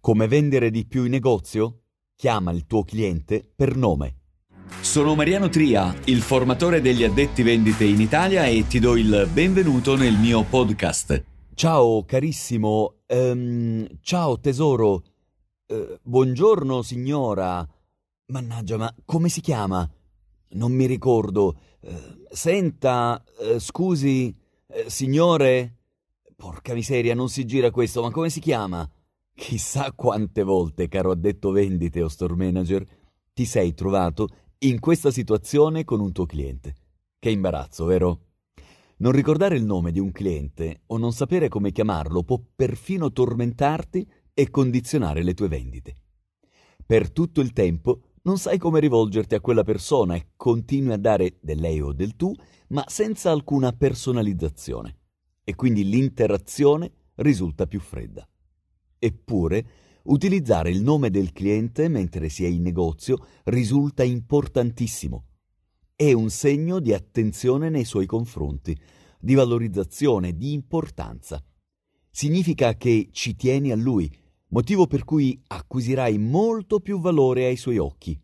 Come vendere di più in negozio? Chiama il tuo cliente per nome. Sono Mariano Tria, il formatore degli addetti vendite in Italia e ti do il benvenuto nel mio podcast. Ciao carissimo, ciao tesoro, buongiorno signora. Mannaggia, ma come si chiama? Non mi ricordo. Senta, scusi, signore? Porca miseria, non si gira questo, ma come si chiama? Chissà quante volte, caro addetto vendite o store manager, ti sei trovato in questa situazione con un tuo cliente. Che imbarazzo, vero? Non ricordare il nome di un cliente o non sapere come chiamarlo può perfino tormentarti e condizionare le tue vendite. Per tutto il tempo non sai come rivolgerti a quella persona e continui a dare del lei o del tu, ma senza alcuna personalizzazione. E quindi l'interazione risulta più fredda. Eppure, utilizzare il nome del cliente mentre si è in negozio risulta importantissimo. È un segno di attenzione nei suoi confronti, di valorizzazione, di importanza. Significa che ci tieni a lui, motivo per cui acquisirai molto più valore ai suoi occhi.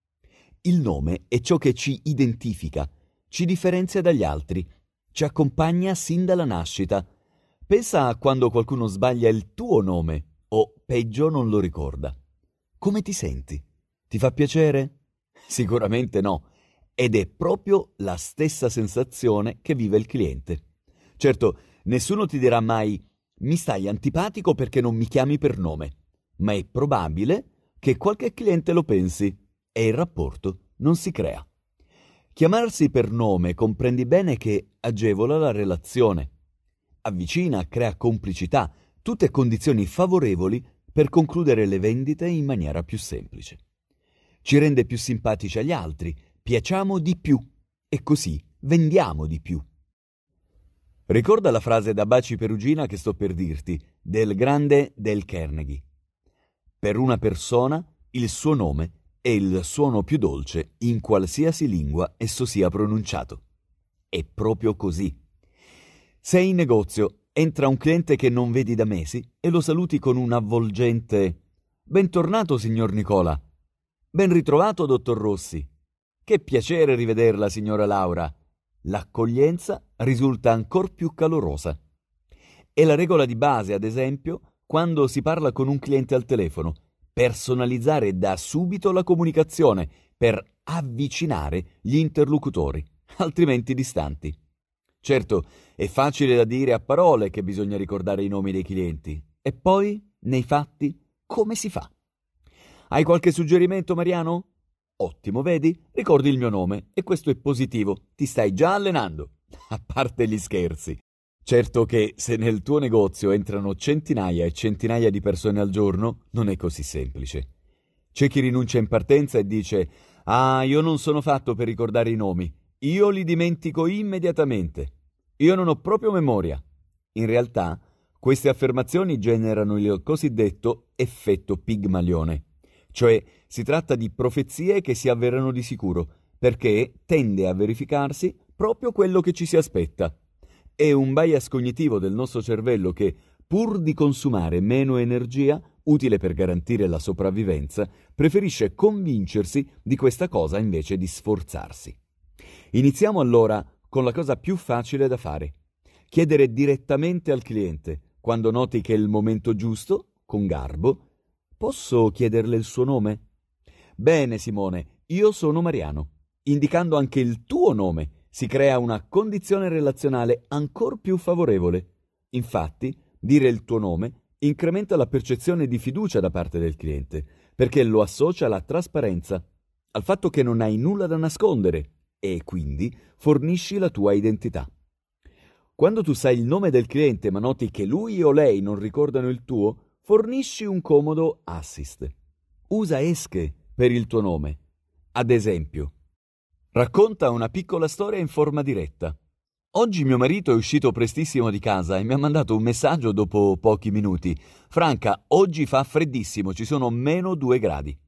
Il nome è ciò che ci identifica, ci differenzia dagli altri, ci accompagna sin dalla nascita. Pensa a quando qualcuno sbaglia il tuo nome o, peggio, non lo ricorda. Come ti senti? Ti fa piacere? Sicuramente no, ed è proprio la stessa sensazione che vive il cliente. Certo, nessuno ti dirà mai «mi stai antipatico perché non mi chiami per nome», ma è probabile che qualche cliente lo pensi e il rapporto non si crea. Chiamarsi per nome comprendi bene che agevola la relazione, avvicina, crea complicità, tutte condizioni favorevoli per concludere le vendite in maniera più semplice. Ci rende più simpatici agli altri, piacciamo di più e così vendiamo di più. Ricorda la frase da Baci Perugina che sto per dirti, del grande Dale Carnegie. Per una persona il suo nome è il suono più dolce in qualsiasi lingua esso sia pronunciato. È proprio così. Sei in negozio, entra un cliente che non vedi da mesi e lo saluti con un avvolgente «Bentornato, signor Nicola». «Ben ritrovato, dottor Rossi». «Che piacere rivederla, signora Laura». L'accoglienza risulta ancor più calorosa. È la regola di base, ad esempio, quando si parla con un cliente al telefono, personalizzare da subito la comunicazione per avvicinare gli interlocutori, altrimenti distanti. Certo, è facile da dire a parole che bisogna ricordare i nomi dei clienti. E poi, nei fatti, come si fa? Hai qualche suggerimento, Mariano? Ottimo, vedi? Ricordi il mio nome e questo è positivo. Ti stai già allenando. A parte gli scherzi. Certo che se nel tuo negozio entrano centinaia e centinaia di persone al giorno, non è così semplice. C'è chi rinuncia in partenza e dice «Ah, io non sono fatto per ricordare i nomi. Io li dimentico immediatamente. Io non ho proprio memoria». In realtà, queste affermazioni generano il cosiddetto effetto Pigmalione. Cioè, si tratta di profezie che si avverano di sicuro, perché tende a verificarsi proprio quello che ci si aspetta. È un bias cognitivo del nostro cervello che, pur di consumare meno energia, utile per garantire la sopravvivenza, preferisce convincersi di questa cosa invece di sforzarsi. Iniziamo allora con la cosa più facile da fare. Chiedere direttamente al cliente, quando noti che è il momento giusto, con garbo, «Posso chiederle il suo nome?» «Bene, Simone, io sono Mariano». Indicando anche il tuo nome, si crea una condizione relazionale ancor più favorevole. Infatti, dire il tuo nome incrementa la percezione di fiducia da parte del cliente, perché lo associa alla trasparenza, al fatto che non hai nulla da nascondere e quindi fornisci la tua identità. Quando tu sai il nome del cliente ma noti che lui o lei non ricordano il tuo, fornisci un comodo assist. Usa esche per il tuo nome. Ad esempio, racconta una piccola storia in forma diretta. Oggi mio marito è uscito prestissimo di casa e mi ha mandato un messaggio dopo pochi minuti. Franca, oggi fa freddissimo, ci sono -2 gradi.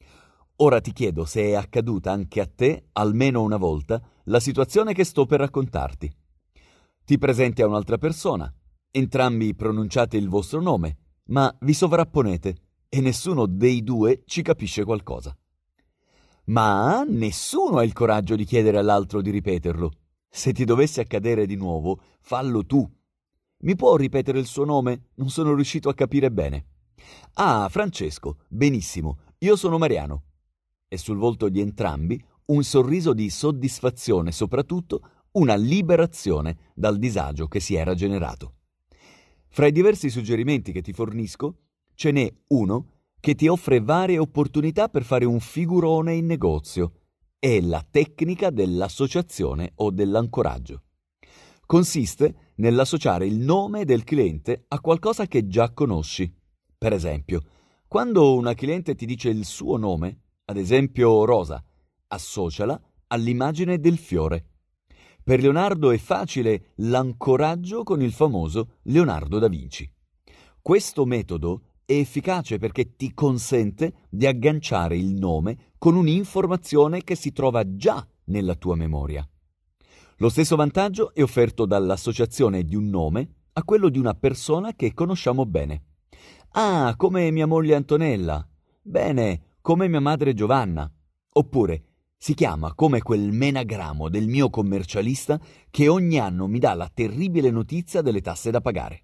Ora ti chiedo se è accaduta anche a te, almeno una volta, la situazione che sto per raccontarti. Ti presenti a un'altra persona, entrambi pronunciate il vostro nome, ma vi sovrapponete. e nessuno dei due ci capisce qualcosa. Ma nessuno ha il coraggio di chiedere all'altro di ripeterlo. Se ti dovesse accadere di nuovo, fallo tu. Mi può ripetere il suo nome? Non sono riuscito a capire bene. Ah, Francesco, benissimo, io sono Mariano. E sul volto di entrambi un sorriso di soddisfazione, soprattutto una liberazione dal disagio che si era generato. Fra i diversi suggerimenti che ti fornisco, ce n'è uno che ti offre varie opportunità per fare un figurone in negozio. È la tecnica dell'associazione o dell'ancoraggio. Consiste nell'associare il nome del cliente a qualcosa che già conosci. Per esempio, quando una cliente ti dice il suo nome, ad esempio Rosa, associala all'immagine del fiore. Per Leonardo è facile l'ancoraggio con il famoso Leonardo da Vinci. Questo metodo è efficace perché ti consente di agganciare il nome con un'informazione che si trova già nella tua memoria. Lo stesso vantaggio è offerto dall'associazione di un nome a quello di una persona che conosciamo bene. Ah, come mia moglie Antonella. Bene, come mia madre Giovanna. Oppure, si chiama come quel menagramo del mio commercialista che ogni anno mi dà la terribile notizia delle tasse da pagare.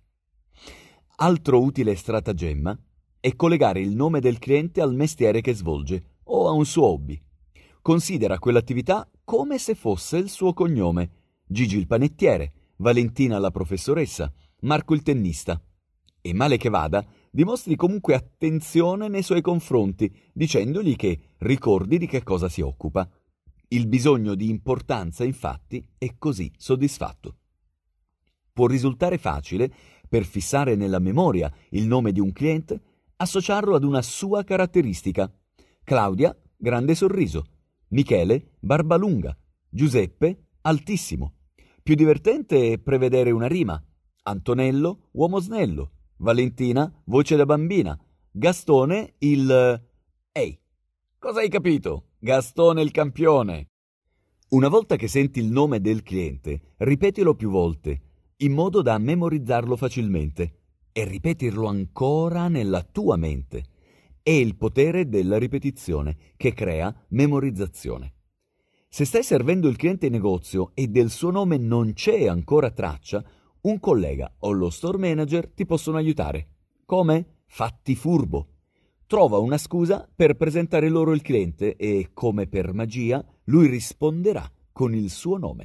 Altro utile stratagemma è collegare il nome del cliente al mestiere che svolge o a un suo hobby. Considera quell'attività come se fosse il suo cognome. Gigi il panettiere, Valentina la professoressa, Marco il tennista. E male che vada, dimostri comunque attenzione nei suoi confronti, dicendogli che ricordi di che cosa si occupa. Il bisogno di importanza, infatti, è così soddisfatto. Può risultare facile, per fissare nella memoria il nome di un cliente, associarlo ad una sua caratteristica. Claudia, grande sorriso. Michele, barba lunga. Giuseppe, altissimo. Più divertente è prevedere una rima. Antonello, uomo snello. Valentina, voce da bambina. Gastone, il... Ehi, cosa hai capito? Gastone il campione. Una volta che senti il nome del cliente, ripetilo più volte, in modo da memorizzarlo facilmente, e ripetirlo ancora nella tua mente. È il potere della ripetizione che crea memorizzazione. Se stai servendo il cliente in negozio e del suo nome non c'è ancora traccia, un collega o lo store manager ti possono aiutare. Come? Fatti furbo. Trova una scusa per presentare loro il cliente e, come per magia, lui risponderà con il suo nome.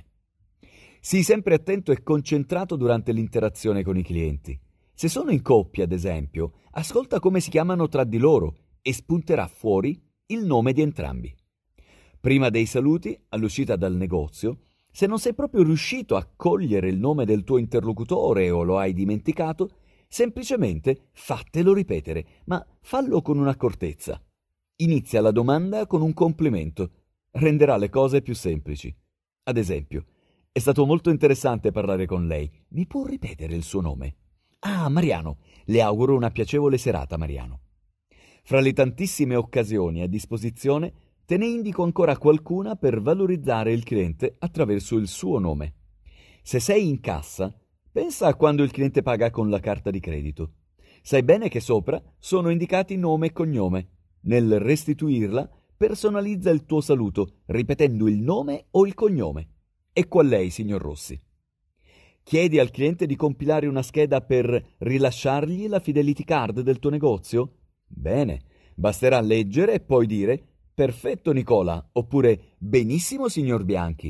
Sii sempre attento e concentrato durante l'interazione con i clienti. Se sono in coppia, ad esempio, ascolta come si chiamano tra di loro e spunterà fuori il nome di entrambi. Prima dei saluti, all'uscita dal negozio, se non sei proprio riuscito a cogliere il nome del tuo interlocutore o lo hai dimenticato, semplicemente fatelo ripetere, ma fallo con un'accortezza. Inizia la domanda con un complimento. Renderà le cose più semplici. Ad esempio, è stato molto interessante parlare con lei. Mi può ripetere il suo nome? Ah, Mariano. Le auguro una piacevole serata, Mariano. Fra le tantissime occasioni a disposizione, te ne indico ancora qualcuna per valorizzare il cliente attraverso il suo nome. Se sei in cassa, pensa a quando il cliente paga con la carta di credito. Sai bene che sopra sono indicati nome e cognome. Nel restituirla, personalizza il tuo saluto, ripetendo il nome o il cognome. Ecco a lei, signor Rossi. Chiedi al cliente di compilare una scheda per rilasciargli la Fidelity Card del tuo negozio? Bene, basterà leggere e poi dire «Perfetto, Nicola» oppure «Benissimo, signor Bianchi».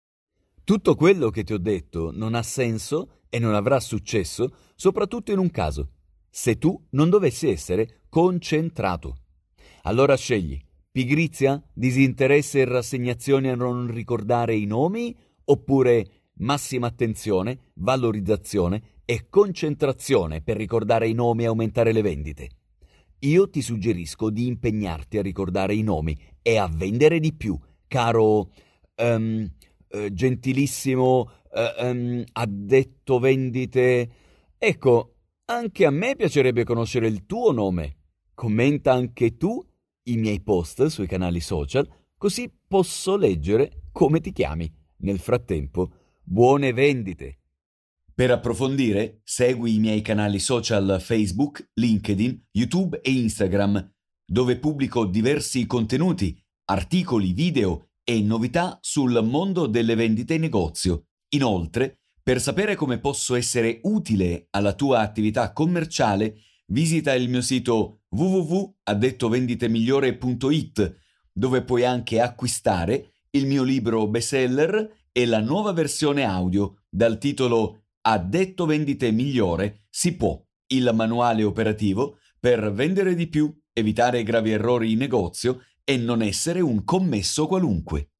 Tutto quello che ti ho detto non ha senso e non avrà successo, soprattutto in un caso, se tu non dovessi essere concentrato. Allora scegli pigrizia, disinteresse e rassegnazione a non ricordare i nomi, oppure massima attenzione, valorizzazione e concentrazione per ricordare i nomi e aumentare le vendite. Io ti suggerisco di impegnarti a ricordare i nomi e a vendere di più, caro gentilissimo addetto vendite. Ecco, anche a me piacerebbe conoscere il tuo nome. Commenta anche tu i miei post sui canali social, così posso leggere come ti chiami. Nel frattempo, buone vendite! Per approfondire, segui i miei canali social Facebook, LinkedIn, YouTube e Instagram, dove pubblico diversi contenuti, articoli, video e novità sul mondo delle vendite in negozio. Inoltre, per sapere come posso essere utile alla tua attività commerciale, visita il mio sito www.addettovenditemigliore.it, dove puoi anche acquistare il mio libro bestseller e la nuova versione audio dal titolo Addetto vendite migliore si può, il manuale operativo per vendere di più, evitare gravi errori in negozio e non essere un commesso qualunque.